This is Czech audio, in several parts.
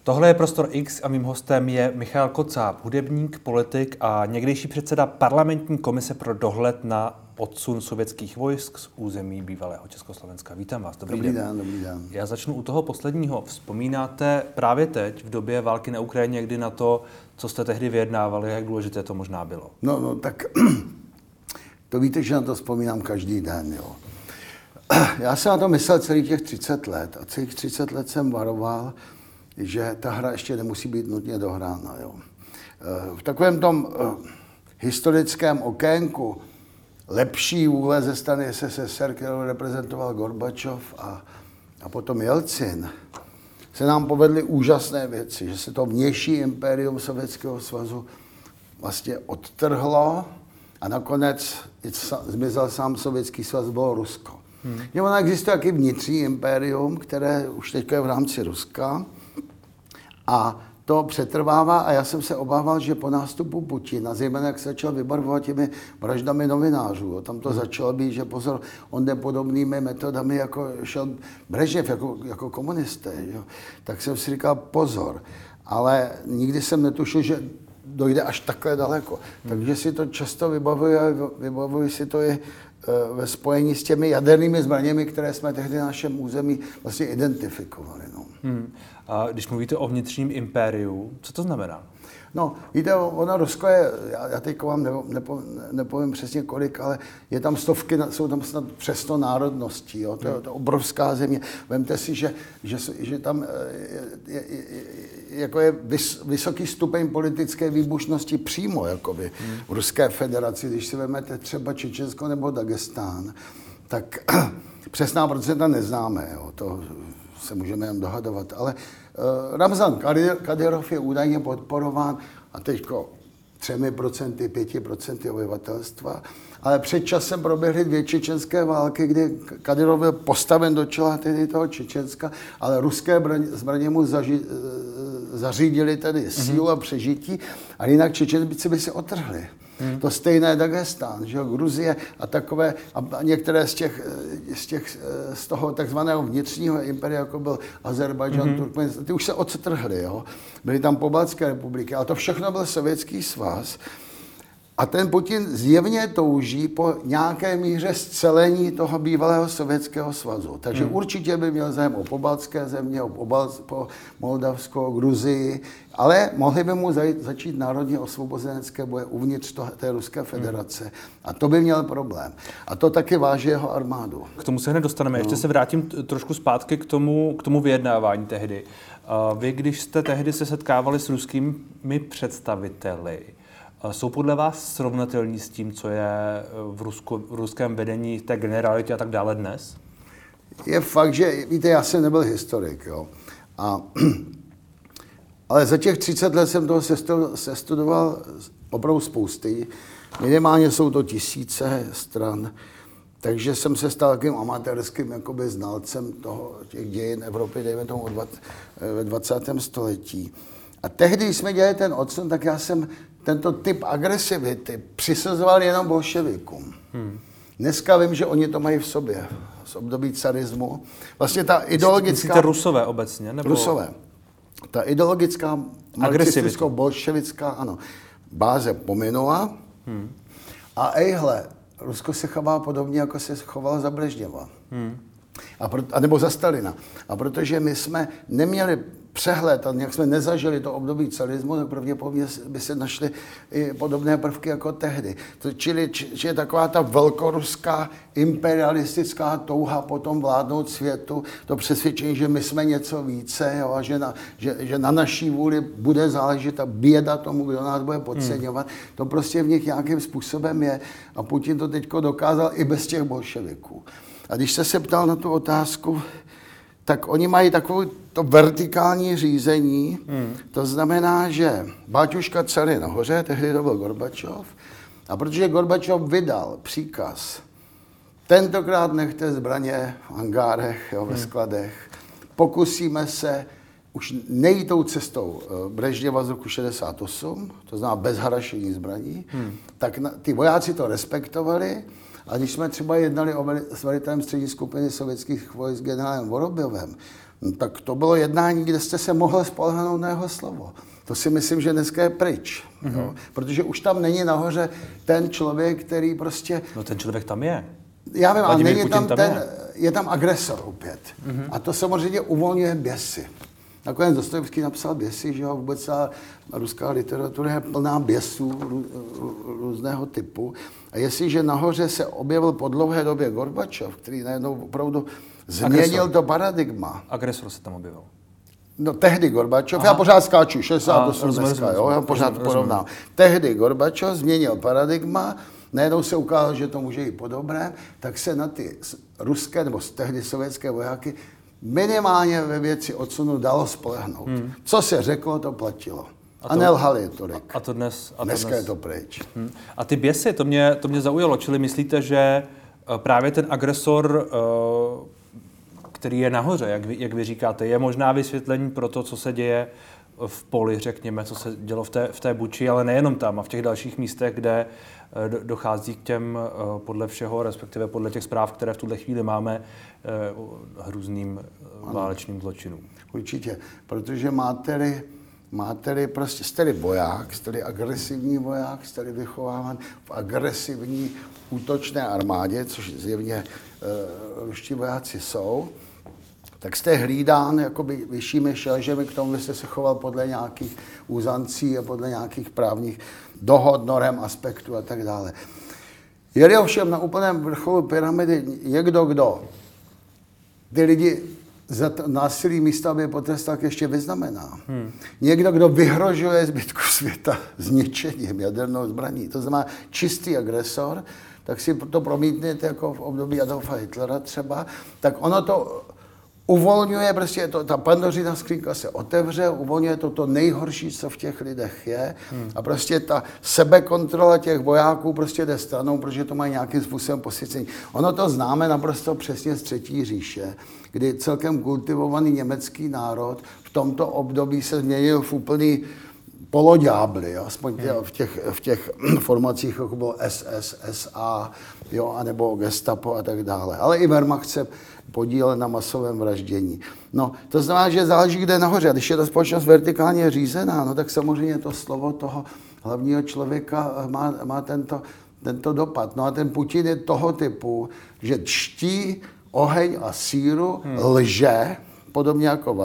Tohle je Prostor X a mým hostem je Michal Kocáb, hudebník, politik a někdejší předseda parlamentní komise pro dohled na odsun sovětských vojsk z území bývalého Československa. Vítám vás. Dobrý den. Dobrý den. Já začnu u toho posledního. Vzpomínáte právě teď, v době války na Ukrajině, kdy na to, co jste tehdy vyjednávali, jak důležité to možná bylo? No, tak to víte, že na to vzpomínám každý den, jo. Já jsem na to myslel celých těch 30 let a celých 30 let jsem varoval, že ta hra ještě nemusí být nutně dohrána, jo. V takovém tom historickém okénku lepší vůle ze strany SSSR, kterou reprezentoval Gorbačov a potom Jelcin, se nám povedly úžasné věci, že se to vnější impérium Sovětského svazu vlastně odtrhlo a nakonec zmizel sám Sovětský svaz, bylo Rusko. Ono existuje taky vnitřní impérium, které už teď je v rámci Ruska a to přetrvává a já jsem se obával, že po nástupu Putina, zejména jak se začal vybarvovat těmi vraždami novinářů, tam to začalo být, že pozor, on jde podobnými metodami, jako šel Brežněv, jako komunisté, jo. Tak jsem si říkal pozor, ale nikdy jsem netušil, že dojde až takhle daleko. Takže si to často vybavuji si to i ve spojení s těmi jadernými zbraněmi, které jsme tehdy na našem území vlastně identifikovali. No. A když mluvíte o vnitřním impériu, co to znamená? No, víte, ono Rusko je, já teď vám nepovím přesně kolik, ale je tam stovky, jsou tam snad přes 100 národností, jo? To je obrovská země. Vemte si, že tam je vysoký stupeň politické výbušnosti přímo jakoby, v Ruské federaci. Když si vezmete třeba Čečensko nebo Dagestán, tak přesná procenta neznáme, jo? To se můžeme jen dohadovat, ale Ramzan Kadyrov je údajně podporován a teďko 3%, 5% obyvatelstva, ale před časem proběhly 2 čečenské války, kdy Kadyrov byl postaven do čela tedy toho Čečenska, ale ruské zbraně mu zařídili tedy sílu a přežití a jinak Čečenci by se otrhli. To stejné Dagestán, že jo, Gruzie a takové, a některé z toho takzvaného vnitřního imperia, jako byl Azerbajdžán, Turkmenistán, ty už se odtrhly, jo. Byly tam pobaltské republiky, ale to všechno byl Sovětský svaz. A ten Putin zjevně touží po nějaké míře zcelení toho bývalého Sovětského svazu. Takže určitě by měl zájem o pobaltské země, po Moldavsko, Gruzii, ale mohli by mu začít národně osvobozenecké boje uvnitř té Ruské federace. A to by měl problém. A to taky váží jeho armádu. K tomu se hned dostaneme. Ještě se vrátím trošku zpátky k tomu vyjednávání tehdy. Vy, když jste tehdy se setkávali s ruskými představiteli, jsou podle vás srovnatelní s tím, co je v ruském vedení, té generalitě a tak dále dnes? Je fakt, že, víte, já jsem nebyl historik, jo. Ale za těch 30 let jsem toho sestudoval opravdu spousty. Minimálně jsou to tisíce stran. Takže jsem se stal takovým amatérským jakoby znalcem těch dějin Evropy, dejme tomu ve 20. století. A tehdy, když jsme dělali ten odsun, tak já jsem tento typ agresivity přisazoval jenom bolševikům. Dneska vím, že oni to mají v sobě, z období carismu. Vlastně ta ideologická... Myslíte Rusové obecně? Nebo... Rusové. Ta ideologická, marxisticko-bolševická, ano, báze pominula. A ejhle, Rusko se chová podobně, jako se chovalo za Brežněva. A nebo za Stalina. A protože my jsme neměli přehled a nějak jsme nezažili to období carismu, tak pravděpodobně by se našly i podobné prvky jako tehdy. Čili je taková ta velkoruská imperialistická touha potom vládnout světu, to přesvědčení, že my jsme něco více, jo, a že na naší vůli bude záležet a běda tomu, kdo nás bude podceňovat. To prostě v nich nějakým způsobem je a Putin to teďko dokázal i bez těch bolševiků. A když jste se ptal na tu otázku, tak oni mají takové to vertikální řízení, to znamená, že Báťuška cely nahoře, tehdy to byl Gorbačov, a protože Gorbačov vydal příkaz, tentokrát nechte zbraně v hangárech, jo, ve skladech, pokusíme se už nejít tou cestou Brežněva z roku 68, to znamená bez harašení zbraní, tak ty vojáci to respektovali A když jsme třeba jednali s velitelem střední skupiny sovětských vojsk generálem Vorobjovem, no, tak to bylo jednání, kde jste se mohl spolehnout na jeho slovo. To si myslím, že dneska je pryč. Jo? Protože už tam není nahoře ten člověk, který prostě... No ten člověk tam je. Já vím, ale není tam ten, je tam agresor opět. A to samozřejmě uvolňuje běsy. Nakonec Dostojevský napsal běsy, že jo, vůbec ta ruská literatura je plná běsů různého typu. A jestliže nahoře se objevil po dlouhé době Gorbačov, který najednou opravdu změnil to paradigma. Agresor se tam objevil. No tehdy Gorbačov, já pořád skáču, 68 dneska, jo, já pořád porovnám. Tehdy Gorbačov změnil paradigma, najednou se ukázalo, že to může jít po dobrém, tak se na ty ruské nebo tehdy sovětské vojáky minimálně ve věci odsunu dalo spolehnout. Co se řeklo, to platilo. A nelhali tolik. A to dnes... Dneska je to pryč. A ty běsy, to mě zaujalo. Čili myslíte, že právě ten agresor, který je nahoře, jak vy říkáte, je možná vysvětlení pro to, co se děje v poli, řekněme, co se dělo v té Buči, ale nejenom tam a v těch dalších místech, kde dochází k těm podle všeho, respektive podle těch zpráv, které v tuhle chvíli máme, hrůzným válečným zločinům. Určitě, protože máte-li prostě, jste-li voják, jste-li agresivní voják, jste-li vychováván v agresivní útočné armádě, což zjevně ruští vojáci jsou, tak jste hlídán jakoby vyššími šelžemi k tomu, abyste se choval podle nějakých úzancí a podle nějakých právních dohod, norem, aspektů a tak dále. Je-li ovšem na úplném vrcholu pyramidy někdo, kdo ty lidi za násilí místa, aby je potrestal, ještě vyznamená. Někdo, kdo vyhrožuje zbytku světa zničením jadernou zbraní, to znamená čistý agresor, tak si to promítněte jako v období Adolfa Hitlera třeba, tak ono to uvolňuje, prostě ta pandořina skřínka se otevře, uvolňuje to nejhorší, co v těch lidech je a prostě ta sebekontrola těch vojáků prostě jde stranou, protože to mají nějakým způsobem posvěcení. Ono to známe naprosto přesně z Třetí říše, kdy celkem kultivovaný německý národ v tomto období se změnil v úplný poloďábly, aspoň v těch formacích, jako bylo SS, SA, jo, anebo Gestapo a tak dále. Ale i Wehrmacht se podílel na masovém vraždění. No, to znamená, že záleží, kde nahoře. A když je ta společnost vertikálně řízená, no tak samozřejmě to slovo toho hlavního člověka má tento dopad. No a ten Putin je toho typu, že čtí oheň a síru, lže, podobně jako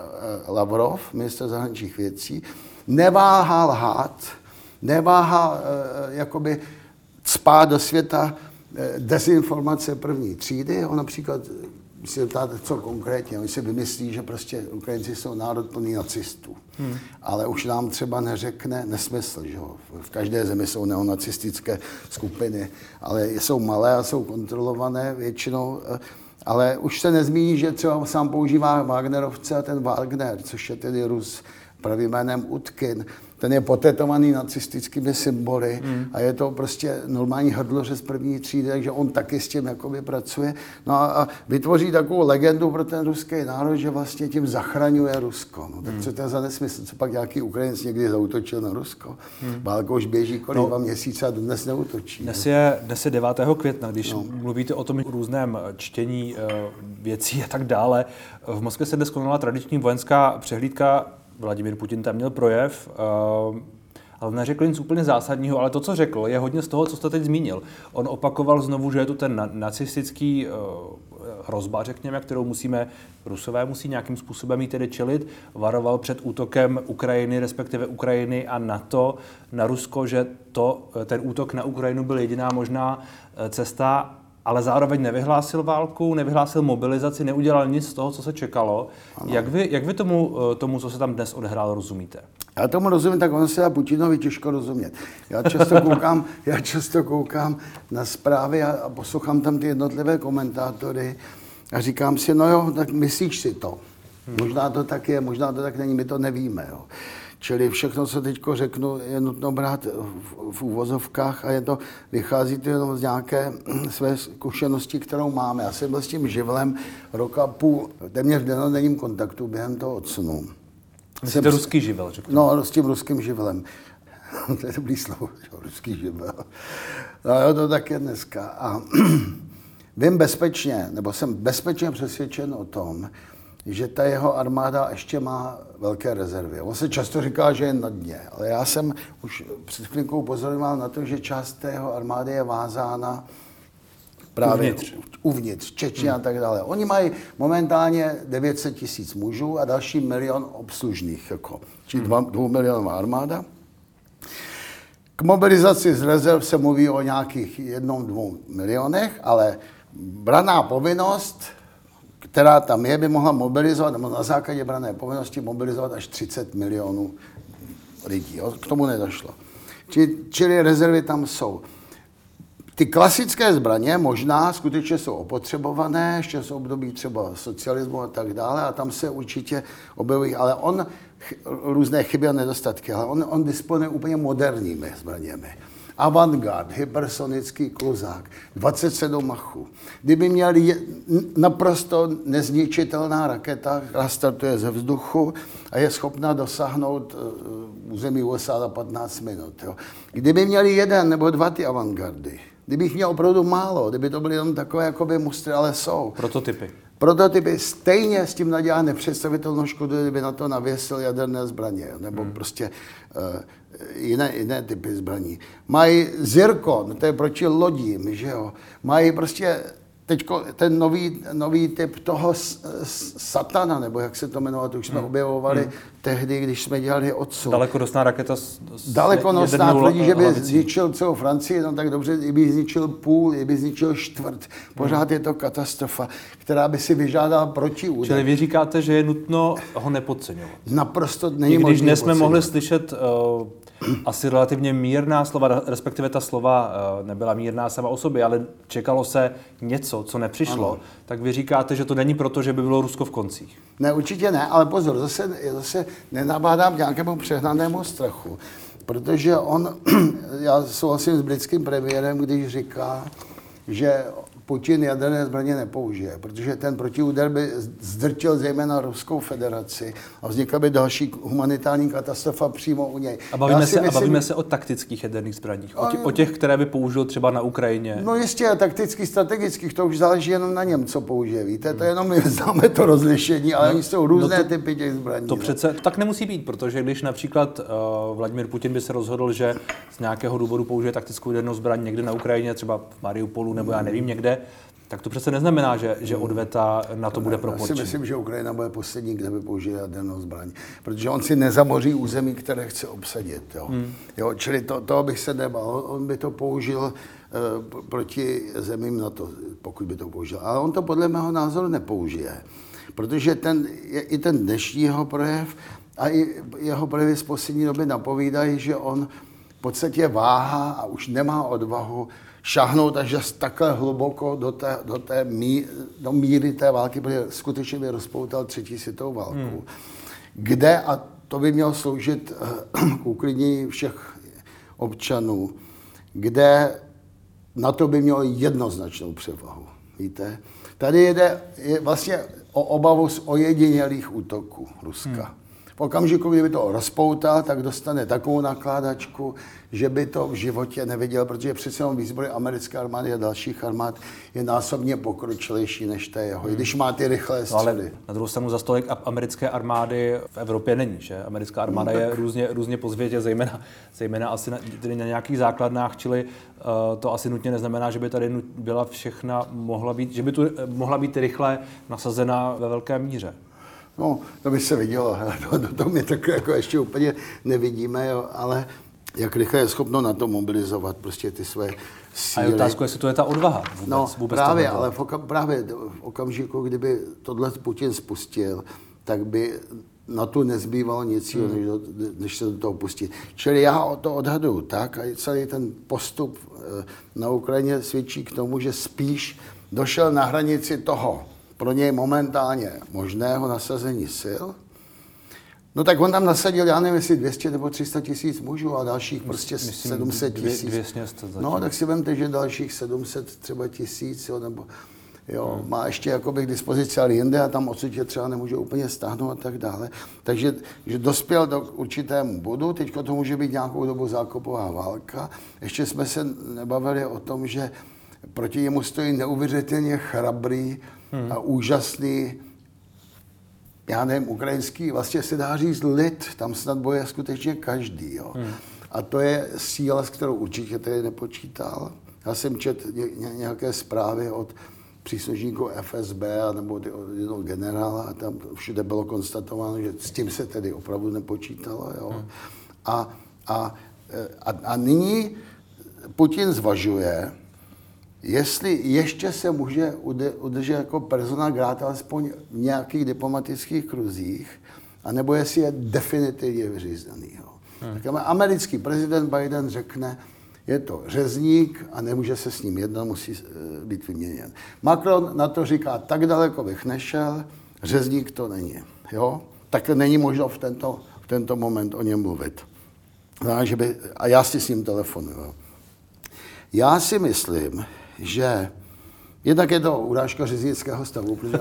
Lavrov, ministr zahraničních věcí, neváhá lhát, neváhá jakoby cpát do světa dezinformace první třídy. On například, když se ptáte, co konkrétně, on si vymyslí, že prostě Ukrajinci jsou národ plný nacistů. Ale už nám třeba neřekne nesmysl, že jo. V každé zemi jsou neonacistické skupiny, ale jsou malé a jsou kontrolované většinou. Ale už se nezmíní, že třeba sám používá Wagnerovce a ten Wagner, což je tedy Rus pravým jménem Utkin, ten je potetovaný nacistickými symboly a je to prostě normální hrdloře z první třídy, takže on taky s tím jakoby pracuje. No a vytvoří takovou legendu pro ten ruský národ, že vlastně tím zachraňuje Rusko. No, tak co to je za nesmysl? Co pak nějaký Ukrajinec někdy zaútočil na Rusko? Válka už běží 2 měsíce a dnes neútočí. Dnes je 9. května, když mluvíte o tom různém čtení věcí a tak dále. V Moskvě se dnes konala tradiční vojenská přehlídka. Vladimír Putin tam měl projev, ale neřekl nic úplně zásadního, ale to, co řekl, je hodně z toho, co jste teď zmínil. On opakoval znovu, že je tu ten nacistický hrozba, řekněme, kterou Rusové musí nějakým způsobem jí tedy čelit. Varoval před útokem Ukrajiny, respektive Ukrajiny a NATO na Rusko, že ten útok na Ukrajinu byl jediná možná cesta, ale zároveň nevyhlásil válku, nevyhlásil mobilizaci, neudělal nic z toho, co se čekalo. Jak vy tomu, co se tam dnes odehrálo, rozumíte? Já tomu rozumím, tak ono se dá Putinovi těžko rozumět. Já často koukám na zprávy a poslouchám tam ty jednotlivé komentátory a říkám si, no jo, tak myslíš si to. Možná to tak je, možná to tak není, my to nevíme. Jo. Čili všechno, co teď řeknu, je nutno brát v úvozovkách a vychází to jenom z nějaké své zkušenosti, kterou máme. Já jsem byl s tím živlem roka půl, téměř v dennodenním kontaktu během toho odsunu. Myslíte ruský živel, řekněme? No, s tím ruským živlem. To je dobrý slovo, ruský žebel. No to tak je dneska. A vím bezpečně, nebo jsem bezpečně přesvědčen o tom, že ta jeho armáda ještě má velké rezervy. On se často říká, že je na dně, ale já jsem už před chvílinkou upozorňoval na to, že část té jeho armády je vázána právě uvnitř Čečně a tak dále. Oni mají momentálně 900 000 mužů a další 1 milion obslužných, jako, čili 2 milionová armáda. K mobilizaci z rezerv se mluví o nějakých 1-2 milionech, ale branná povinnost, která tam je, by mohla mobilizovat, nebo na základě branné povinnosti mobilizovat až 30 milionů lidí. Jo? K tomu nedošlo. Čili rezervy tam jsou. Ty klasické zbraně možná skutečně jsou opotřebované, ještě jsou období třeba socialismu a tak dále, a tam se určitě objevují, ale on, různé chyby a nedostatky, ale on disponuje úplně moderními zbraněmi. Avantgard, hypersonický kluzák, 27 machů. Kdyby měl naprosto nezničitelná raketa, která startuje ze vzduchu a je schopna dosáhnout území USA za 15 minut. Jo. Kdyby měli 1 nebo 2 ty avantgardy, kdybych měl opravdu málo, kdyby to byly jenom takové jakoby mustry, ale jsou. Prototypy stejně s tím nadělá nepředstavitelnou škodu, kdyby na to navěsil jaderné zbraně, nebo prostě jiné typy zbraní. Mají Zirkon, to je proti lodím, že jo. Mají prostě teďko ten nový typ toho satana, nebo jak se to jmenuje, to už jsme objevovali tehdy, když jsme dělali odsun. Dalekonosná raketa Dalekonosná, tvrdí, že by zničil celou Francii, no tak dobře, i by zničil půl, i by zničil čtvrt. Pořád je to katastrofa, která by si vyžádala protiúder. Čili vy říkáte, že je nutno ho nepodceňovat. Naprosto není možné. Když dnes jsme mohli slyšet asi relativně mírná slova, respektive ta slova nebyla mírná sama o sobě, ale čekalo se něco, co nepřišlo, ano. Tak vy říkáte, že to není proto, že by bylo Rusko v koncích. Ne, určitě ne, ale pozor, zase nenabádám k nějakému přehnanému strachu, protože já souhlasím s britským premiérem, když říká, že Putin jaderné zbraně nepoužije, protože ten protiúder by zdrtil zejména Ruskou federaci a vznikla by další humanitární katastrofa přímo u něj. A bavíme se o taktických jaderných zbraních, o těch, které by použil třeba na Ukrajině. No jistě, taktických, strategických, to už záleží jenom na něm, co použije, víte, to jenom my známe to rozlišení, ale oni jsou různé typy těch zbraní. To přece tak nemusí být, protože když například Vladimír Putin by se rozhodl, že z nějakého důvodu použije taktickou jadernou zbraň někde na Ukrajině, třeba v Mariupolu nebo já nevím někde, tak to přece neznamená, že odveta na to bude proporční. Já si myslím, že Ukrajina bude poslední, kde by použil jadernou zbraň, protože on si nezamoří území, které chce obsadit. Jo. Jo, čili toho bych se nebal. On by to použil proti zemím NATO, pokud by to použil. Ale on to podle mého názoru nepoužije, protože i ten dnešní jeho projev a i jeho projevy z poslední doby napovídají, že on v podstatě váhá a už nemá odvahu šáhnout až takhle hluboko do míry té války, protože skutečně by rozpoutal 3. světovou válku, kde, a to by mělo sloužit k uklidnění všech občanů, kde na to by mělo jednoznačnou převahu. Víte? Tady je vlastně o obavu z ojedinělých útoků Ruska. V okamžiku, kdyby to rozpoutal, tak dostane takovou nakládačku, že by to v životě neviděl, protože přece jenom výzbroj americké armády a dalších armád je násobně pokročilejší než té jeho, i když má ty rychlé střely. Ale na druhou stranu za stolik americké armády v Evropě není, že? Americká armáda je různě po světě, zejména asi na nějakých základnách, čili to asi nutně neznamená, že by tady byla všechna že by tu mohla být rychle nasazena ve velké míře. No, to by se vidělo, to my tak jako ještě úplně nevidíme, jo, ale jak rychle je schopno na to mobilizovat prostě ty své síly. A je otázka, jestli to je ta odvaha vůbec právě, ale právě v okamžiku, kdyby tohle Putin spustil, tak by na to nezbývalo nic jiného, než se do toho pustit. Čili já to odhaduju tak, a celý ten postup na Ukrajině svědčí k tomu, že spíš došel na hranici toho pro něj momentálně možného nasazení sil. No tak on tam nasadil, já nevím, jestli 200 nebo 300 tisíc mužů a dalších prostě 700 tisíc. No tak si vemte, že dalších 700 třeba tisíc, jo, nebo Jo, má ještě jakoby k dispozici ale jinde a tam odsud je třeba nemůže úplně stáhnout a tak dále. Takže že dospěl do určitému bodu, teďko to může být nějakou dobu zákopová válka. Ještě jsme se nebavili o tom, že proti němu stojí neuvěřitelně chrabrý a úžasný, já nevím, ukrajinský, vlastně se dá říct lid, tam snad boje skutečně každý. Jo. A to je síla, s kterou určitě tady nepočítal. Já jsem četl nějaké zprávy od příslušníků FSB nebo od jednoho generála a tam všude bylo konstatováno, že s tím se tedy opravdu nepočítalo. Jo. A nyní Putin zvažuje, jestli ještě se může udržet jako persona grata alespoň v nějakých diplomatických kruzích, anebo jestli je definitivně vyřízený. Tak americký prezident Biden řekne, je to řezník a nemůže se s ním jednat, musí být vyměněn. Macron na to říká, tak daleko bych nešel, řezník to není. Jo? Tak není možno v tento moment o něm mluvit. A já si s ním telefonuju. Já si myslím, že jednak je to urážka řeznického stavu, protože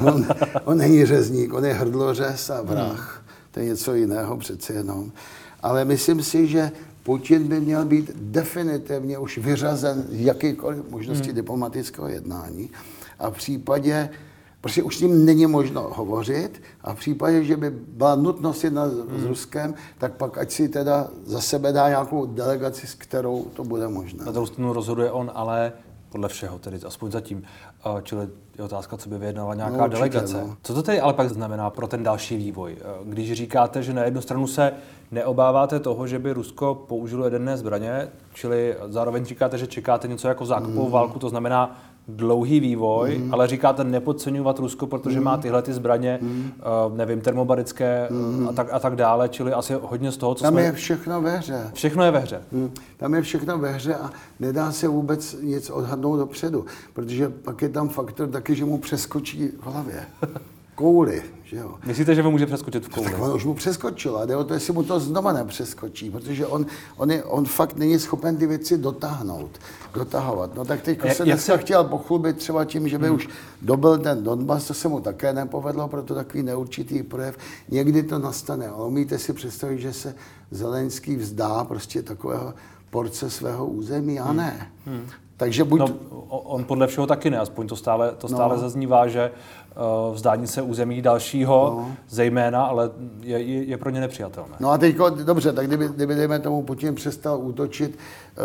on není řezník, on je hrdlořez a vrah. To je něco jiného přece jenom. Ale myslím si, že Putin by měl být definitivně už vyřazen z jakýkoliv možnosti diplomatického jednání. A v případě, protože už s ním není možno hovořit, a v případě, že by byla nutnost jednat s Ruskem, tak pak ať si teda za sebe dá nějakou delegaci, s kterou to bude možné. Na druhou stranu rozhoduje on, ale podle všeho, tedy aspoň zatím. Čili je otázka, co by vyjednala nějaká delegace. No. Co to tedy ale pak znamená pro ten další vývoj? Když říkáte, že na jednu stranu se neobáváte toho, že by Rusko použilo jaderné zbraně, čili zároveň říkáte, že čekáte něco jako zákupovou válku, to znamená dlouhý vývoj, ale říkáte nepodceňovat Rusko, protože má tyhle ty zbraně, nevím, termobarické a tak dále, čili asi hodně z toho, co tam je všechno ve hře. Všechno je ve hře. Tam je všechno ve hře a nedá se vůbec nic odhadnout dopředu, protože pak je tam faktor taky, že mu přeskočí v hlavě. Kouli, že jo. Myslíte, že mu může přeskočit v kouli? Tak on už mu přeskočil, a jde o to, jestli mu to znova nepřeskočí, protože on fakt není schopen ty věci dotahovat. No tak teď se dneska chtěl pochlubit třeba tím, že by už dobil ten Donbas, to se mu také nepovedlo, proto takový neurčitý projev. Někdy to nastane, ale umíte si představit, že se Zelenský vzdá prostě takového porce svého území, a ne. Takže buď... No, on podle všeho taky ne, aspoň to stále zaznívá, že vzdání se území dalšího zejména, ale je pro ně nepřijatelné. No a teď, dobře, tak kdyby dejme tomu Putin přestal útočit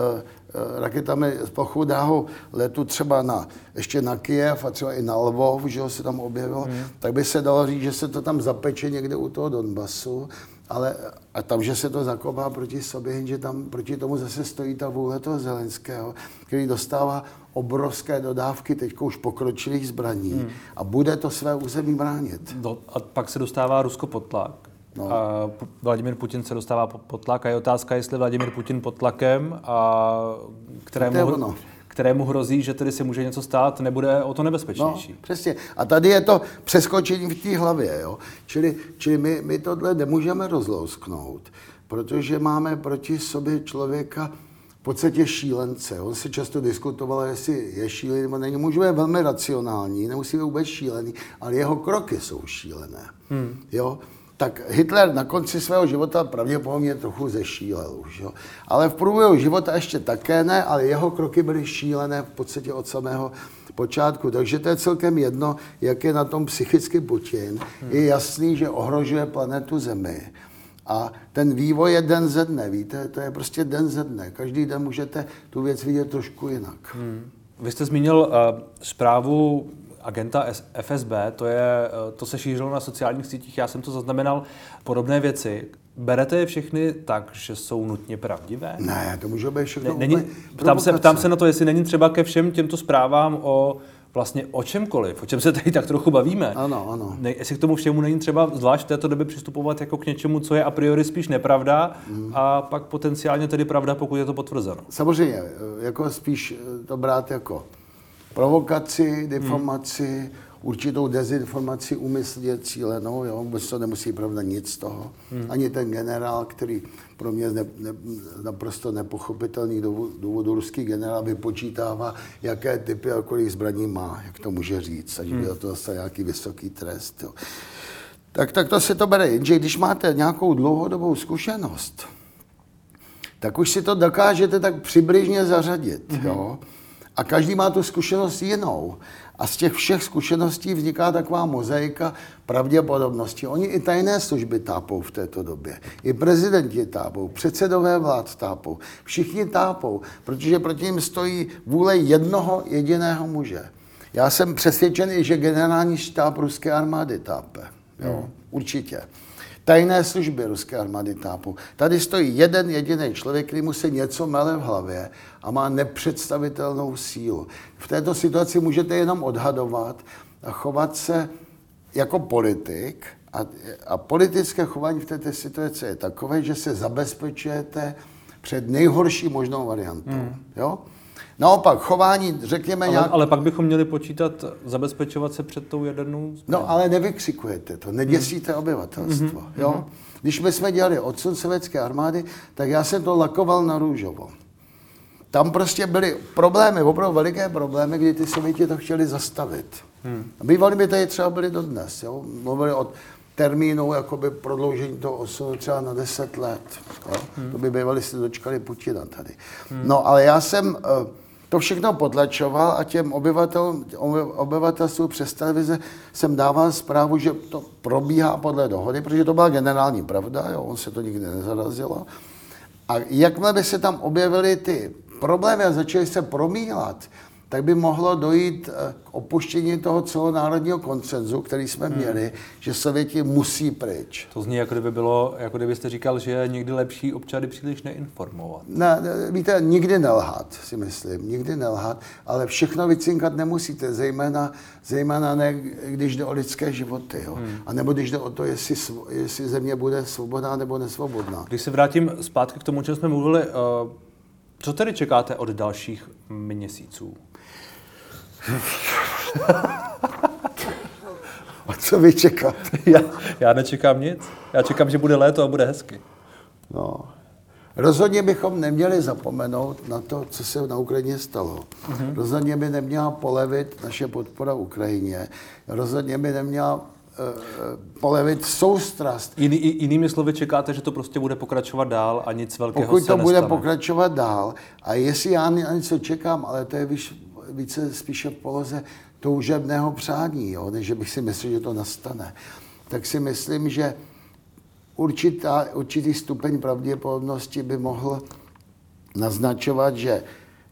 raketami s plochou dráhou letu třeba ještě na Kyjev a třeba i na Lvov, že ho se tam objevilo, tak by se dalo říct, že se to tam zapeče někde u toho Donbasu, a tam, že se to zakopá proti sobě, jenže tam proti tomu zase stojí ta vůle toho Zelenského, který dostává obrovské dodávky teď už pokročilých zbraní a bude to své území bránit. A pak se dostává Rusko pod tlak. No. A Vladimír Putin se dostává pod tlak a je otázka, jestli Vladimír Putin pod tlakem, kterému hrozí, že tedy si může něco stát, nebude o to nebezpečnější. No, přesně. A tady je to přeskočení v té hlavě. Jo? Čili my tohle nemůžeme rozlousknout, protože máme proti sobě člověka v podstatě šílence. On se často diskutoval, jestli je šílený nebo není. Můžeme je velmi racionální, nemusíme vůbec šílený, ale jeho kroky jsou šílené. Jo? Tak Hitler na konci svého života pravděpodobně trochu zešílel už. Jo? Ale v průběhu života ještě také ne, ale jeho kroky byly šílené v podstatě od samého počátku. Takže to je celkem jedno, jak je na tom psychicky Putin. Je jasný, že ohrožuje planetu Zemi. A ten vývoj je den ze dne, víte, to je prostě den ze dne. Každý den můžete tu věc vidět trošku jinak. Vy jste zmínil zprávu agenta FSB, to se šířilo na sociálních sítích, já jsem to zaznamenal, podobné věci. Berete je všechny tak, že jsou nutně pravdivé? Ne, to může být všechno ptám se na to, jestli není třeba ke všem těmto zprávám vlastně o čemkoliv, o čem se tady tak trochu bavíme. Ano. Jestli k tomu všemu není třeba zvlášť v této době přistupovat jako k něčemu, co je a priori spíš nepravda a pak potenciálně tedy pravda, pokud je to potvrzeno. Samozřejmě, jako spíš to brát jako provokaci, difamaci, určitou dezinformaci úmyslně cílenou, jo? Vůbec to nemusí pravda nic z toho. Ani ten generál, který pro mě naprosto nepochopitelný důvodů ruský generál vypočítává, jaké typy a kolik zbraní má, jak to může říct, až by za to zase nějaký vysoký trest. Jo? Tak to si to bere, jenže když máte nějakou dlouhodobou zkušenost, tak už si to dokážete tak přibližně zařadit. Jo? A každý má tu zkušenost jinou. A z těch všech zkušeností vzniká taková mozaika pravděpodobnosti. Oni i tajné služby tápou v této době. I prezidenti tápou, předsedové vlád tápou. Všichni tápou, protože proti nim stojí vůle jednoho jediného muže. Já jsem přesvědčený, že generální štáb ruské armády tápe. Jo? Určitě. Tajné služby ruské armády tápou. Tady stojí jeden jediný člověk, který mu se něco mele v hlavě a má nepředstavitelnou sílu. V této situaci můžete jenom odhadovat a chovat se jako politik. A politické chování v této situaci je takové, že se zabezpečujete před nejhorší možnou variantou. Jo? Naopak, chování, řekněme Ale pak bychom měli počítat, zabezpečovat se před tou jadernou zbraní. No, ale nevykřikujete to, neděsíte obyvatelstvo. Jo? Když my jsme dělali odsun sovětské armády, tak já jsem to lakoval na růžovo. Tam prostě byly problémy, opravdu veliké problémy, kdy ty Sověti to chtěli zastavit. Bývali by tady třeba byli dodnes. Jo? Mluvili o termínu jakoby prodloužení toho osunu třeba na 10 let. Jo? To by bývali si dočkali Putina tady. No, ale já jsem to všechno potlačoval a těm obyvatelstvu přes televize jsem dával zprávu, že to probíhá podle dohody, protože to byla generální pravda, jo? On se to nikdy nezarazilo. A jakmile by se tam objevily ty problémy a začaly se promílat, tak by mohlo dojít k opuštění toho celonárodního konsenzu, který jsme měli, že Sověti musí pryč. To zní, jako kdybyste říkal, že je někdy lepší občany příliš neinformovat. Víte, nikdy nelhat, si myslím, nikdy nelhat, ale všechno vycinkat nemusíte, zejména ne, když jde o lidské životy, jo? A nebo když jde o to, jestli země bude svobodná nebo nesvobodná. Když se vrátím zpátky k tomu, o čem jsme mluvili, co tedy čekáte od dalších měsíců? A co vy čekáte? Já nečekám nic. Já čekám, že bude léto a bude hezky. No. Rozhodně bychom neměli zapomenout na to, co se na Ukrajině stalo. Rozhodně by neměla polevit naše podpora Ukrajině. Rozhodně by neměla polevit soustrast. Jinými slovy čekáte, že to prostě bude pokračovat dál a nic velkého se nestane. Pokud to bude pokračovat dál a jestli já něco čekám, ale to je více spíše v poloze toužebného přání, jo, než bych si myslel, že to nastane. Tak si myslím, že určitý stupeň pravděpodobnosti by mohl naznačovat, že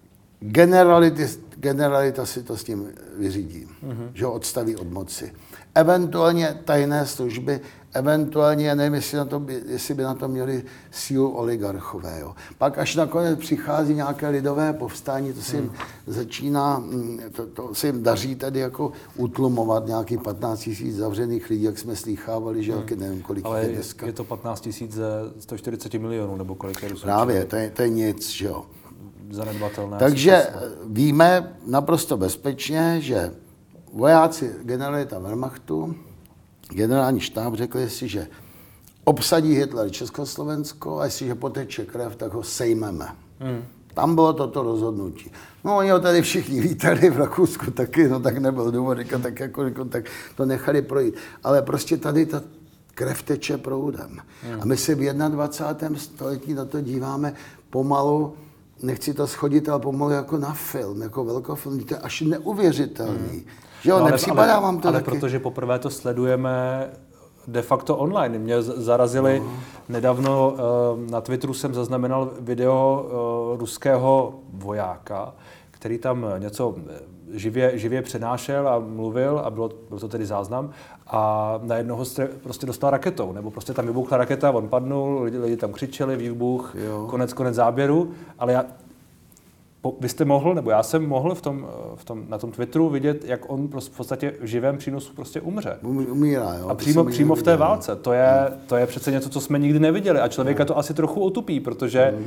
generalita si to s tím vyřídí, že ho odstaví od moci. Eventuálně tajné služby, eventuálně, nevím, jestli by na to měli sílu oligarchové. Jo. Pak až nakonec přichází nějaké lidové povstání, to se jim začíná, to se jim daří tady jako utlumovat nějaký 15 000 zavřených lidí, jak jsme slýchávali, že nevím, kolik ale je dneska. Je to 15 000 ze 140 milionů, nebo kolik je Rusů? Právě, to je nic, že jo. Zanedbatelné. Takže víme naprosto bezpečně, že vojáci generalita Wehrmachtu, generální štáb řekli si, že obsadí Hitler Československo a jestliže poteče krev, tak ho sejmeme. Tam bylo toto rozhodnutí. No oni ho tady všichni vítali, v Rakousku taky, no tak nebyl důvod, tak to nechali projít. Ale prostě tady ta krev teče proudem. A my se v 21. století na to díváme pomalu, nechci to schodit, ale pomalu jako na film, jako velkofilm. To je až neuvěřitelný. Že jo, nepřipadá vám to ale taky? Protože poprvé to sledujeme de facto online. Mě zarazili nedávno, na Twitteru jsem zaznamenal video ruského vojáka, který tam něco živě přenášel a mluvil a byl to tedy záznam a najednou ho prostě dostal raketou, nebo prostě tam vybuchla raketa, on padnul, lidi tam křičeli, výbuch, konec záběru, ale vy jste mohl, nebo já jsem mohl na tom Twitteru vidět, jak on v podstatě v živém přínosu prostě umře. Umírá, jo. A přímo v té válce. To je přece něco, co jsme nikdy neviděli a člověka to asi trochu otupí, protože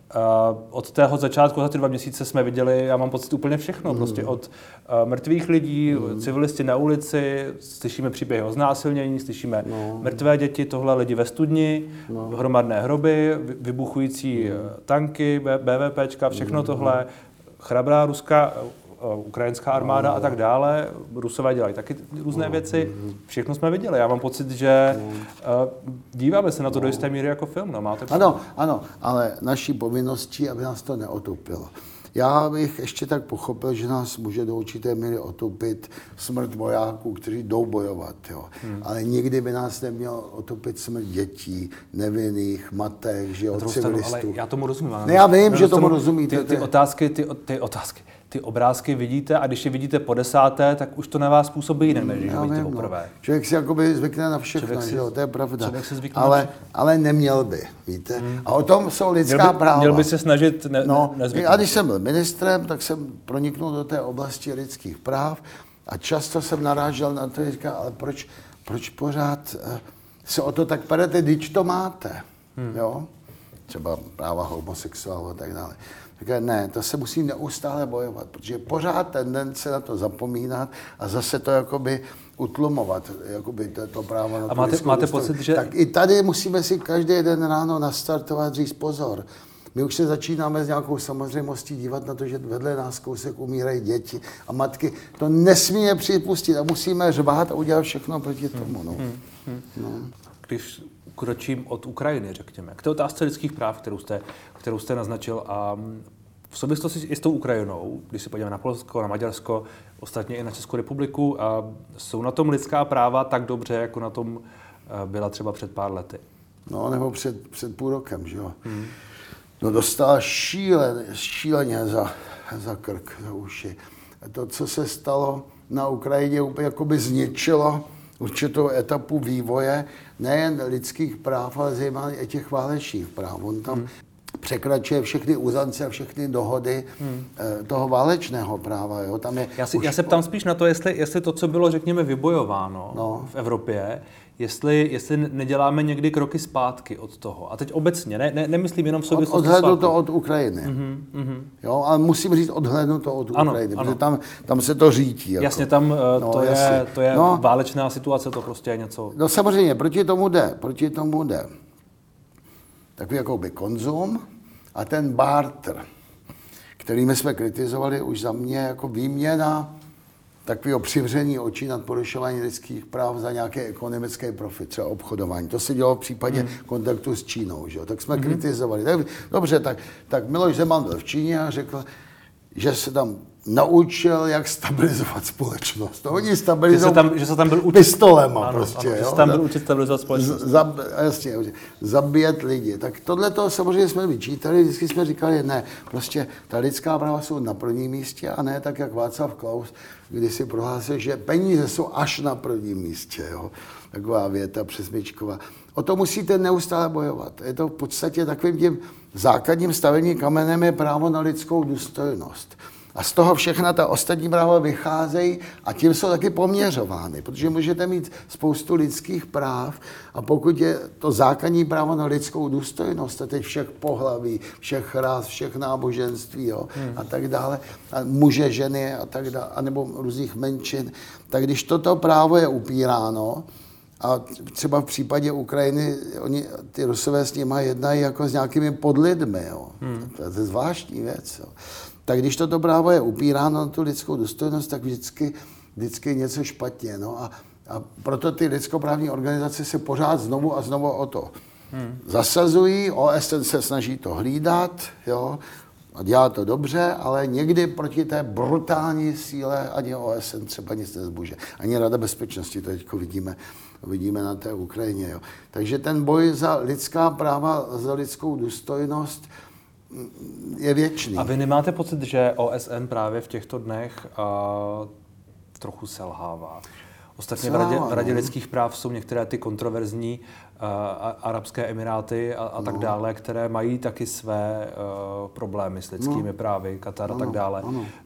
Od tého začátku, za ty 2 měsíce jsme viděli, já mám pocit úplně všechno, prostě od mrtvých lidí, civilisti na ulici, slyšíme příběhy o znásilnění, slyšíme mrtvé děti, tohle lidi ve studni, hromadné hroby, vybuchující tanky, BVPčka, všechno tohle, chrabrá ruská, ukrajinská armáda a tak dále. Rusové dělají taky různé věci. Všechno jsme viděli. Já mám pocit, že díváme se na to do jisté míry jako film. No, máte ano, ale naší povinností, aby nás to neotupilo. Já bych ještě tak pochopil, že nás může do určité míry otupit smrt vojáků, kteří jdou bojovat. Jo. Ale nikdy by nás neměl otupit smrt dětí, nevinných, matek, že jo, civilistů. Ale já tomu rozumím. Ne, já vím, že tomu rozumíte. Ty obrázky vidíte a když je vidíte po 10., tak už to na vás působí jinak, než když vidíte poprvé. No. Člověk si jakoby zvykne na všechno, že jo, to je pravda. Ale neměl by, víte. A o tom jsou lidská práva. Měl by se snažit nezvyknout. A když jsem byl ministrem, tak jsem proniknul do té oblasti lidských práv a často jsem narážel na to, říkal, ale proč pořád se o to tak perete, když to máte, jo? Třeba práva homosexuálů a tak dále. Říkal, ne, to se musí neustále bojovat, protože je pořád tendence na to zapomínat a zase to jakoby utlumovat, jakoby to právo na to. A máte pocit, že... Tak i tady musíme si každý den ráno nastartovat, říct pozor. My už se začínáme s nějakou samozřejmostí dívat na to, že vedle nás kousek umírají děti a matky. To nesmíme připustit a musíme řvát a udělat všechno proti tomu. No. Když kročím od Ukrajiny, řekněme, k té otázce lidských práv, kterou jste naznačil, a v souvislosti i s tou Ukrajinou, když se podíváme na Polsko, na Maďarsko, ostatně i na Českou republiku, a jsou na tom lidská práva tak dobře, jako na tom byla třeba před pár lety? No, nebo před půl rokem, že jo. No, dostala šíleně za krk, za uši. A to, co se stalo na Ukrajině, úplně jakoby zničilo určitou etapu vývoje nejen lidských práv, ale zejména i těch válečných práv. On tam překračuje všechny uzance a všechny dohody toho válečného práva. Jo. Tam je já se ptám spíš na to, jestli to, co bylo, řekněme, vybojováno v Evropě, jestli neděláme někdy kroky zpátky od toho. A teď obecně, nemyslím jenom v souvislosti odhlédnu to od Ukrajiny. Jo, ale musím říct, odhlédnu to od Ukrajiny, protože tam se to řítí. Jako. Jasně, tam to je válečná situace, to prostě je něco... No samozřejmě, proti tomu jde. Takový jakoby konzum a ten barter, který my jsme kritizovali už za mě jako výměna takového přivření očí nad porušování lidských práv za nějaké ekonomické profit, třeba obchodování. To se dělo v případě kontaktu s Čínou, že? Tak jsme kritizovali. Dobře, tak Miloš Zeman byl v Číně a řekl, že se tam naučil, jak stabilizovat společnost. To oni stabilizovali že se tam byl učit pistolema prostě. Že se tam byl učit stabilizovat společnost. Jasně, zabíjet lidi. Tak tohle to samozřejmě jsme vyčítali, vždycky jsme říkali, ne, prostě ta lidská práva jsou na prvním místě a ne tak, jak Václav Klaus, když si prohlásil, že peníze jsou až na prvním místě. Jo? Taková věta přesmyčková. O to musíte neustále bojovat. Je to v podstatě takovým tím základním stavebním kamenem je právo na lidskou důstojnost. A z toho všechna ta ostatní práva vycházejí a tím jsou taky poměřovány, protože můžete mít spoustu lidských práv a pokud je to základní právo na lidskou důstojnost, a teď všech pohlaví, všech ras, všech náboženství, jo, a tak dále, a muže, ženy a tak dále, anebo různých menšin, tak když toto právo je upíráno, a třeba v případě Ukrajiny, ty Rusové s nimi jednají jako s nějakými podlidmi, jo. To je zvláštní věc, jo. Tak když toto právo je upíráno na tu lidskou důstojnost, tak vždycky něco špatně. No a proto ty lidskoprávní organizace se pořád znovu a znovu o to zasazují, OSN se snaží to hlídat, jo, a dělá to dobře, ale někdy proti té brutální síle ani OSN třeba nic nezbuže. Ani Rada bezpečnosti, to teď vidíme na té Ukrajině. Jo. Takže ten boj za lidská práva, za lidskou důstojnost je věčný. A vy nemáte pocit, že OSN právě v těchto dnech trochu selhává? Ostatně v Radě lidských práv jsou některé ty kontroverzní Arabské Emiráty a tak dále, které mají taky své problémy s lidskými právy, Katar a tak dále.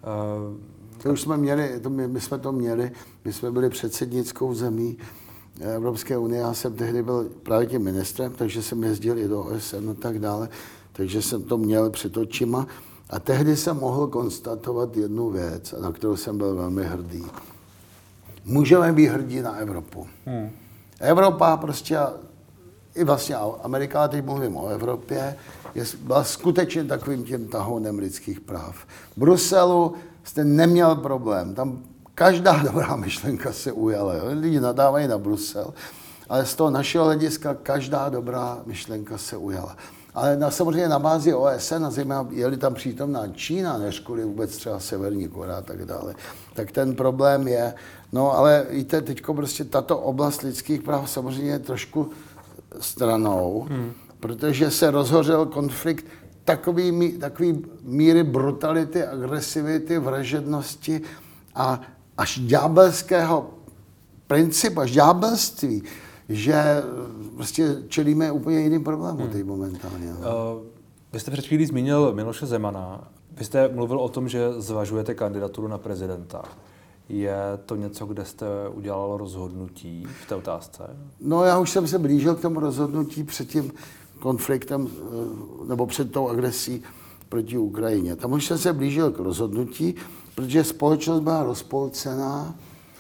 To už jsme měli, my jsme to měli, my jsme byli předsednickou zemí Evropské unie, já jsem tehdy byl právě tím ministrem, takže jsem jezdil i do OSN a tak dále. takže jsem to měl před očima. A tehdy jsem mohl konstatovat jednu věc, na kterou jsem byl velmi hrdý. Můžeme být hrdí na Evropu. Evropa prostě, i vlastně Amerika, teď mluvím o Evropě, byla skutečně takovým tím tahounem lidských práv. V Bruselu jste neměl problém. Tam každá dobrá myšlenka se ujala. Lidi nadávají na Brusel, ale z toho našeho hlediska každá dobrá myšlenka se ujala. Ale samozřejmě na bázi OSN, a zejména je-li tam přítomná Čína, než kvůli vůbec třeba Severní Korea a tak dále, tak ten problém je, no ale víte, teďko prostě tato oblast lidských práv samozřejmě je trošku stranou, protože se rozhořel konflikt takový míry brutality, agresivity, vražednosti a až ďábelského principu, až ďábelství, že prostě čelíme úplně jiným problémům teď momentálně. Vy jste před chvílí zmínil Miloše Zemana. Vy jste mluvil o tom, že zvažujete kandidaturu na prezidenta. Je to něco, kde jste udělal rozhodnutí v té otázce? No já už jsem se blížil k tomu rozhodnutí před tím konfliktem, nebo před tou agresí proti Ukrajině. Tam už jsem se blížil k rozhodnutí, protože společnost byla rozpolcená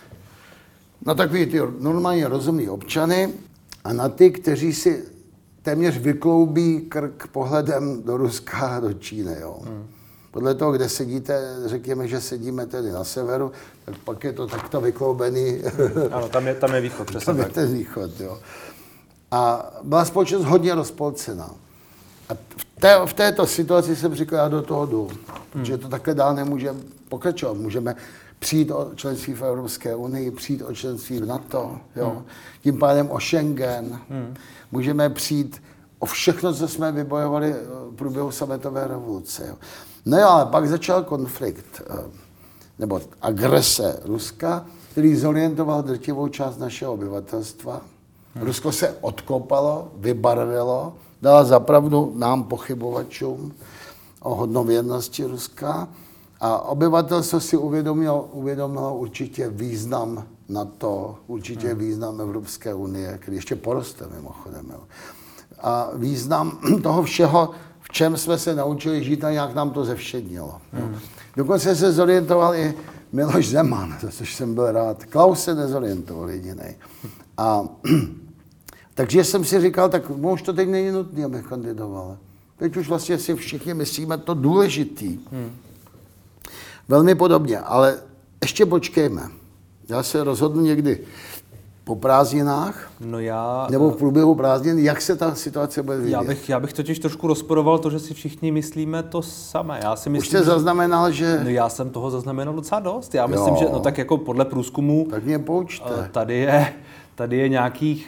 na takový ty normálně rozumný občany a na ty, kteří si téměř vykloubí krk pohledem do Ruska a do Číny. Jo. Podle toho, kde sedíte, řekněme, že sedíme tedy na severu, tak pak je to takto vykloubený. Ano, tam je východ, přesně tam je ten východ, jo. A byla společnost hodně rozpolcená. A v této situaci jsem říkal, já do toho jdu, protože to takhle dál nemůže pokračovat. Můžeme přijít o členství v Evropské unii, přijít o členství v NATO, jo. Tím pádem o Schengen. Můžeme přijít o všechno, co jsme vybojovali v průběhu sametové revoluce. Jo. No jo, ale pak začal konflikt, nebo agrese Ruska, který zorientoval drtivou část našeho obyvatelstva. Rusko se odkopalo, vybarvilo, dala zapravdu nám pochybovačům o hodnověrnosti Ruska a obyvatelstvo si uvědomilo určitě význam NATO, určitě význam Evropské unie, který ještě poroste mimochodem. Jo. A význam toho všeho, v čem jsme se naučili žít a nějak nám to zevšednilo. Dokonce se zorientoval i Miloš Zeman, za což jsem byl rád. Klaus se nezorientoval jedinej. A takže jsem si říkal, tak už to teď není nutné, abych kandidoval. Teď už vlastně si všichni myslíme to důležitý. Velmi podobně, ale ještě počkejme. Já se rozhodnu někdy po prázdninách, nebo v průběhu prázdnin, jak se ta situace bude vyvíjet. Já bych totiž trošku rozporoval to, že si všichni myslíme to samé. Už jste zaznamenal, že... No já jsem toho zaznamenal docela dost. Já myslím, že no tak jako podle průzkumu... Tak mě poučte. Tady je nějakých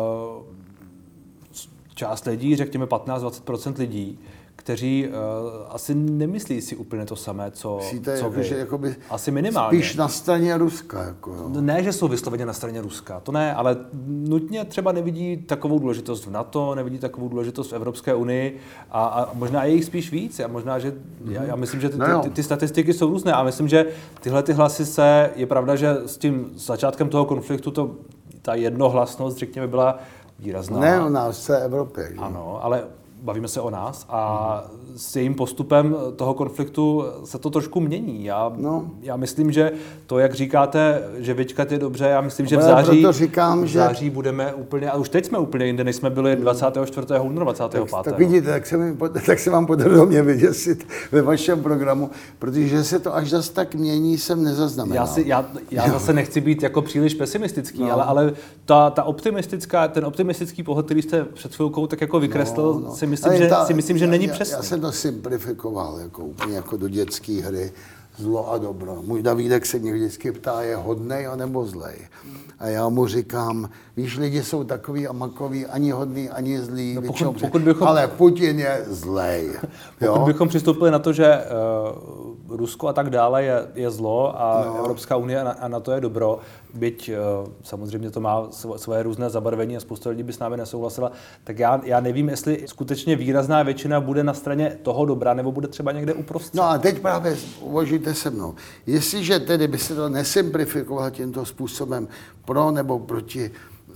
část lidí, řekněme 15-20% lidí, kteří asi nemyslí si úplně to samé, co vy. Že asi minimálně. Spíš na straně Ruska. Jako, jo. Ne, že jsou vysloveně na straně Ruska, to ne, ale nutně třeba nevidí takovou důležitost v NATO, nevidí takovou důležitost v Evropské unii a možná je jich spíš víc. A možná, že já myslím, že ty statistiky jsou různé a myslím, že tyhle ty hlasy je pravda, že s tím začátkem toho konfliktu ta jednohlasnost, řekněme, byla výrazná. Ne, u nás v celé Evropě. Že? Ano, ale bavíme se o nás a s jejím postupem toho konfliktu se to trošku mění. Já myslím, že to, jak říkáte, že vyčkat je dobře, já myslím, že v září budeme úplně, a už teď jsme úplně jinde, než jsme byli 24. února, 25. Tak vidíte, tak se vám podařilo mě vyděsit ve vašem programu, protože se to až zase tak mění, jsem nezaznamenal. Já zase nechci být jako příliš pesimistický, ale ten optimistický pohled, který jste před chvilkou tak jako vykreslil, si myslím, že není přesný. Já jsem to simplifikoval, úplně jako do dětské hry, zlo a dobro. Můj Davídek se mě vždycky ptá, je hodnej anebo zlej. A já mu říkám, víš, lidi jsou takový a makoví, ani hodný, ani zlý, ale Putin je zlej. Pokud bychom přistoupili na to, že Rusko a tak dále je zlo a Evropská unie a NATO je dobro, byť samozřejmě to má svoje různé zabarvení a spousta lidí by s námi nesouhlasila, tak já nevím, jestli skutečně výrazná většina bude na straně toho dobra, nebo bude třeba někde uprostřed. No a teď právě uvažujte se mnou. Jestliže tedy by se to nesimplifikovalo tímto způsobem pro nebo proti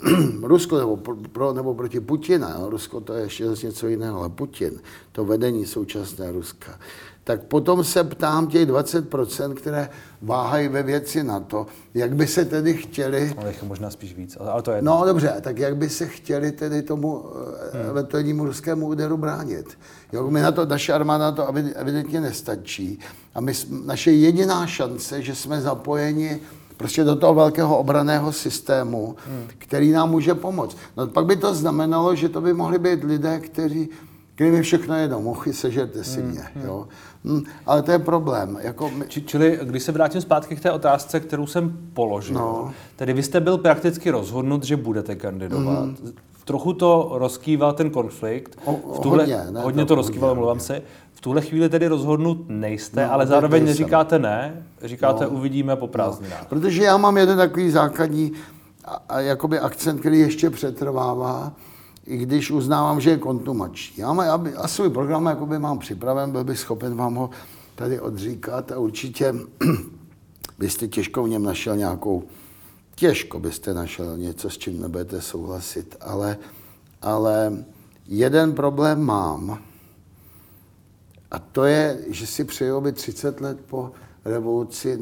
Rusko nebo pro nebo proti Putina, no, Rusko to je ještě zase něco jiného, ale Putin, to vedení současné Ruska, tak potom se ptám těch 20%, které váhají ve věci na to, jak by se tedy chtěli... Ale je možná spíš víc, ale to je... No dobře, tak jak by se chtěli tedy tomu eventuálnímu ruskému úderu bránit. Jo, my na to, naše armáda to evidentně nestačí. A naše jediná šance, že jsme zapojeni prostě do toho velkého obranného systému, který nám může pomoct. No pak by to znamenalo, že to by mohli být lidé, kterým je všechno jedno, mochy, sežerte si mě. Jo. Ale to je problém. Jako Čili když se vrátím zpátky k té otázce, kterou jsem položil, tedy vy jste byl prakticky rozhodnut, že budete kandidovat. Trochu to rozkýval ten konflikt. Hodně to rozkývalo, mluvám se. V tuhle chvíli tedy rozhodnut nejste, ale zároveň neříkáte ne, říkáte uvidíme po prázdninách. Protože já mám jeden takový základní jakoby akcent, který ještě přetrvává, i když uznávám, že je kontumační. Já svůj program jakoby mám připraven, byl bych schopen vám ho tady odříkat a určitě byste těžko v něm našel těžko byste našel něco, s čím nebudete souhlasit, ale jeden problém mám a to je, že si přeju, aby 30 let po revoluci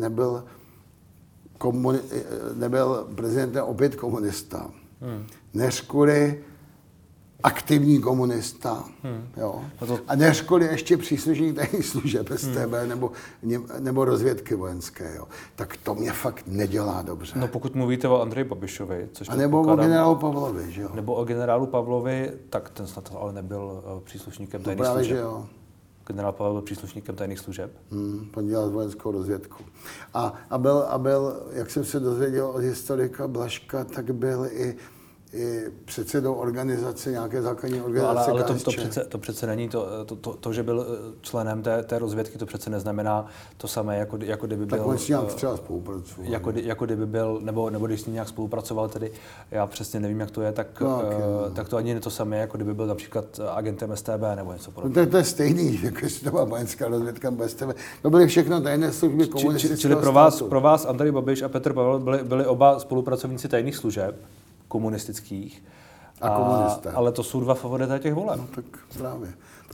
nebyl prezidentem opět komunista. Neřkuli aktivní komunista, jo. A neřkoli ještě příslušník tajných služeb StB nebo rozvědky vojenské, jo. Tak to mě fakt nedělá dobře. No pokud mluvíte o Andreji Babišovi, což a nebo o generálu Pavlovi, že jo. Nebo o generálu Pavlovi, tak ten snad ale nebyl příslušníkem tajných služeb. Že jo. Generál Pavel byl příslušníkem tajných služeb. On dělal vojenskou rozvědku. A byl, jak jsem se dozvěděl od historika Blažka, tak byl i předsedou organizace, nějaké základní organizace. Ale to přece není to, že byl členem té rozvědky, to přece neznamená to samé, jako kdyby byl... Tak on s ním třeba spolupracoval. Jako kdyby byl, nebo když s ním nějak spolupracoval, tedy já přesně nevím, jak to je, tak to ani není to samé, jako kdyby byl například agentem StB nebo něco podobného. No to je stejný, jako jestli to byla vojenská rozvědka nebo StB. To byly všechno tajné služby komunistického státu. Čili pro vás Andrej Babiš a Petr Pavel byli oba spolupracovníci tajných služeb, komunistických. Ale to jsou dva favorité těch voleb. No tak právě.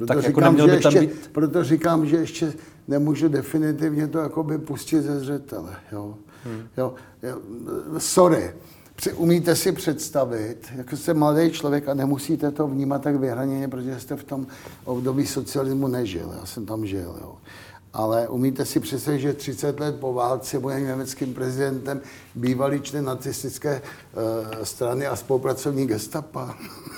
Proto říkám, že ještě nemůžu definitivně to jakoby pustit ze zřetele. Jo. Sorry. Umíte si představit, jako jste mladý člověk a nemusíte to vnímat tak vyhraněně, protože jste v tom období socialismu nežil. Já jsem tam žil. Jo. Ale umíte si představit, že 30 let po válce bude německým prezidentem bývalý člen nacistické strany a spolupracovník gestapa?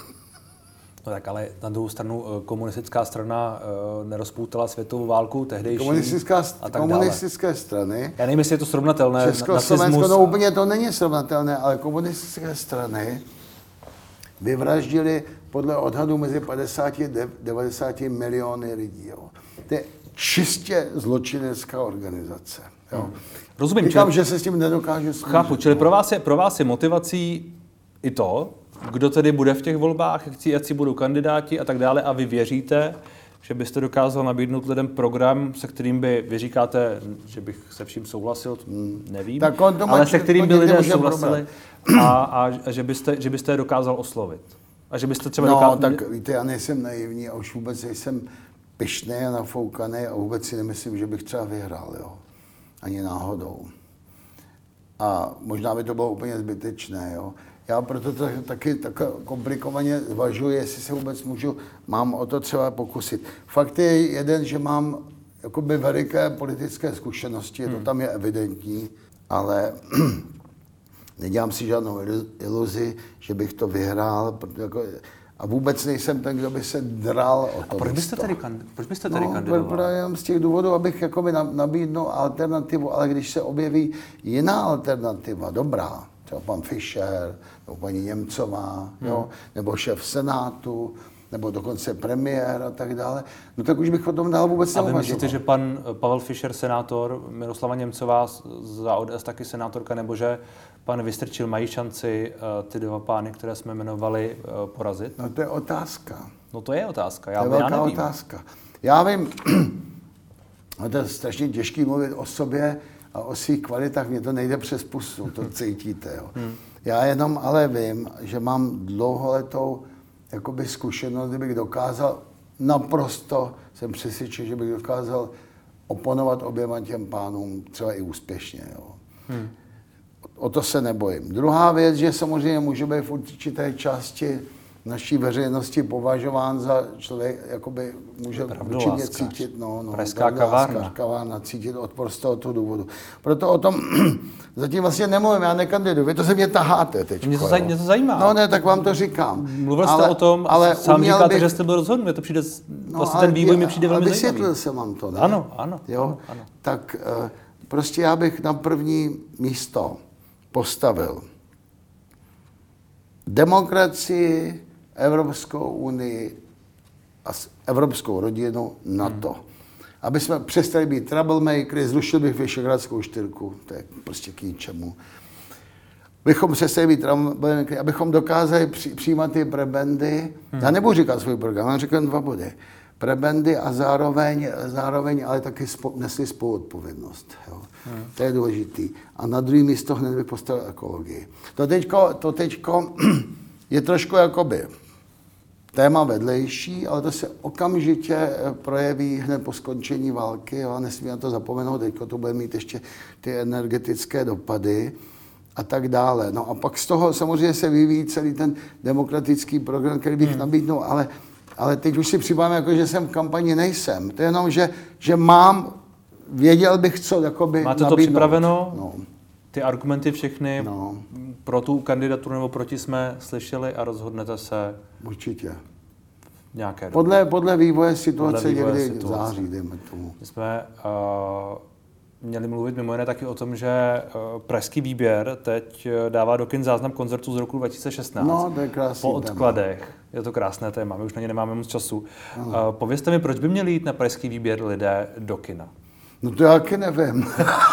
No tak ale na druhou stranu komunistická strana nerozpoutala světovou válku tehdejší komunistické strany. Já nevím, jestli je to srovnatelné. Československo, no úplně to není srovnatelné, ale komunistické strany vyvraždili podle odhadů mezi 50 a 90 miliony lidí. Jo. To je čistě zločinecká organizace. Jo. Rozumím. Říkám, že se s tím nedokáže smířit. Chápu, čili pro vás je motivací i to, kdo tedy bude v těch volbách, jaký budou kandidáti a tak dále, a vy věříte, že byste dokázal nabídnout lidem program, se kterým by, vy říkáte, že bych se vším souhlasil, nevím, ale se kterým by lidé souhlasili a že byste je dokázal oslovit. A že byste třeba dokázal... tak víte, já nejsem naivní a už vůbec nejsem pyšný a nafoukaný a vůbec si nemyslím, že bych třeba vyhrál, jo. Ani náhodou. A možná by to bylo úplně zbytečné, jo. Já proto to taky tak komplikovaně zvažuji, jestli se vůbec mám o to třeba pokusit. Fakt je jeden, že mám jakoby veliké politické zkušenosti, to tam je evidentní, ale nedělám si žádnou iluzi, že bych to vyhrál, a vůbec nejsem ten, kdo by se dral o to. A proč byste tady kandidoval? Právě z těch důvodů, abych jakoby nabídnul alternativu, ale když se objeví jiná alternativa, dobrá, třeba pan Fischer, nebo paní Němcová, jo, nebo šéf Senátu, nebo dokonce premiér a tak dále, no tak už bych o tom dál vůbec neuvažoval. A vy myslíte, že pan Pavel Fischer, senátor, Miroslava Němcová za ODS taky senátorka, nebo že pan Vystrčil mají šanci ty dva pány, které jsme jmenovali, porazit? No to je otázka. No to je otázka, já nevím. Otázka. Já vím, to je strašně těžký mluvit o sobě a o svých kvalitách, mně to nejde přes pusu, to cítíte. Jo. Já jenom ale vím, že mám dlouholetou jakoby zkušenost, kdybych dokázal naprosto, jsem přesvědčen, že bych dokázal oponovat oběma těm pánům třeba i úspěšně. Jo. O to se nebojím. Druhá věc, že samozřejmě může být v určité části naší veřejnosti považován za člověk, jakoby může určitě cítit, pražská kavárna. Cítit odpor z tohoto důvodu. Proto o tom zatím vlastně nemluvím, já nekandiduji, vy to se mě taháte teď. Mě to zajímá. No ne, tak vám to říkám. Mluvil jste o tom, ale sám říkáte, že jste byl rozhodnut, to přijde, vlastně ten vývoj mi přijde velmi zajímavý. Vysvětlil jsem vám to, ne? Ano. Tak prostě já bych na první místo postavil demokracii, Evropskou unii a evropskou rodinu NATO. Aby jsme přestali být troublemakery, zrušil bych Visegrádskou čtyřku, to je prostě k ničemu. Bychom přestali být troublemakery, abychom dokázali přijímat ty prebendy. Já nebudu říkat svůj program, já říkám 2 body. Prebendy a zároveň ale taky nesli spoluodpovědnost. Jo. To je důležitý. A na druhý místo hned bych postavil ekologii. To teďko je trošku jakoby téma vedlejší, ale to se okamžitě projeví hned po skončení války. Jo. Nesmí na to zapomenout, teďko to bude mít ještě ty energetické dopady a tak dále. No a pak z toho samozřejmě se vyvíjí celý ten demokratický program, který bych nabídnul, ale teď už si připomínám, jako, že jsem v kampani nejsem. To je jenom, že věděl bych, co jakoby máte nabídnout. To připraveno? No. Ty argumenty všechny pro tu kandidaturu nebo proti jsme slyšeli a rozhodnete se? Určitě. Nějaké podle vývoje situace někdy v září, dejme tomu. My jsme měli mluvit mimo jiné taky o tom, že pražský výběr teď dává do kin záznam koncertu z roku 2016. No, to je krásný po odkladech. Téma. Je to krásné téma, my už na ně nemáme moc času. Povězte mi, proč by měli jít na pražský výběr lidé do kina? No to já taky nevím.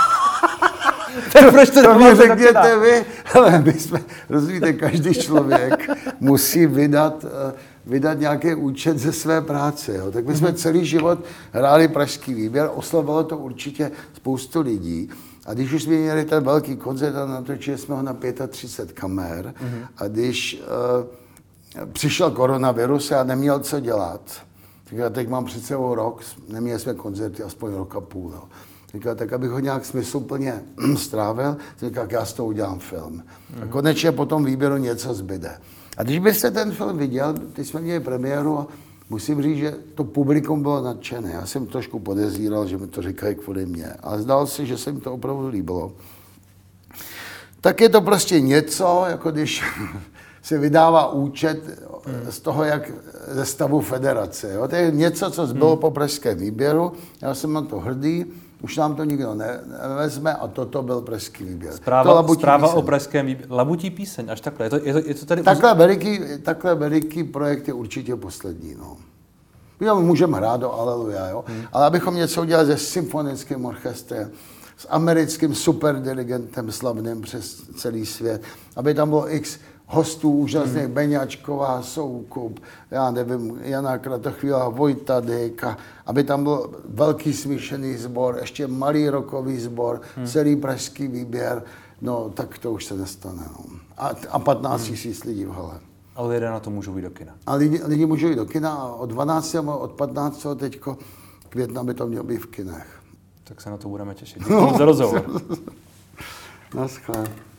Proč to mě řekněte vy, ale my jsme, rozumíte, každý člověk musí vydat nějaký účet ze své práce. Jo. Tak my jsme celý život hráli pražský výběr, oslavilo to určitě spoustu lidí. A když už jsme měli ten velký koncert a natočili jsme ho na 35 kamer a když přišel koronavirus a neměl co dělat, tak teď mám před sebou rok, neměli jsme koncerty aspoň rok a půl. Jo. Říkal, tak abych ho nějak smysluplně strávil, říkal, já s toho udělám film. A konečně po tom výběru něco zbyde. A když byste ten film viděl, teď jsme měli premiéru a musím říct, že to publikum bylo nadšené. Já jsem trošku podezíral, že mi to říkají kvůli mě, ale zdálo se, že se mi to opravdu líbilo. Tak je to prostě něco, jako když se vydává účet z toho, jak ze stavu federace. Jo? To je něco, co zbylo po pražském výběru. Já jsem na to hrdý. Už nám to nikdo nevezme a toto byl pražský výběr. Zpráva o pražském výběru. Labutí píseň, až takhle. Je to tady takhle veliký projekt je určitě poslední. No. My můžeme hrát do Aleluja, jo? Ale abychom něco udělali se symfonickým orchestrem, s americkým superdirigentem slavným přes celý svět, aby tam bylo x hostů úžasných, Beňačková, Soukup, já nevím, Jana Kratochvíla, Vojta Dyk, aby tam byl velký smíšený sbor, ještě malý rockový sbor, celý pražský výběr, no tak to už se nestane. No. A 15 000 lidí v hale. Ale lidé na to můžou jít do kina. A lidi můžou jít do kina a od 12. a od 15. teďko května by to mělo být v kinech. Tak se na to budeme těšit. Děkuji za rozhovor. Naschle.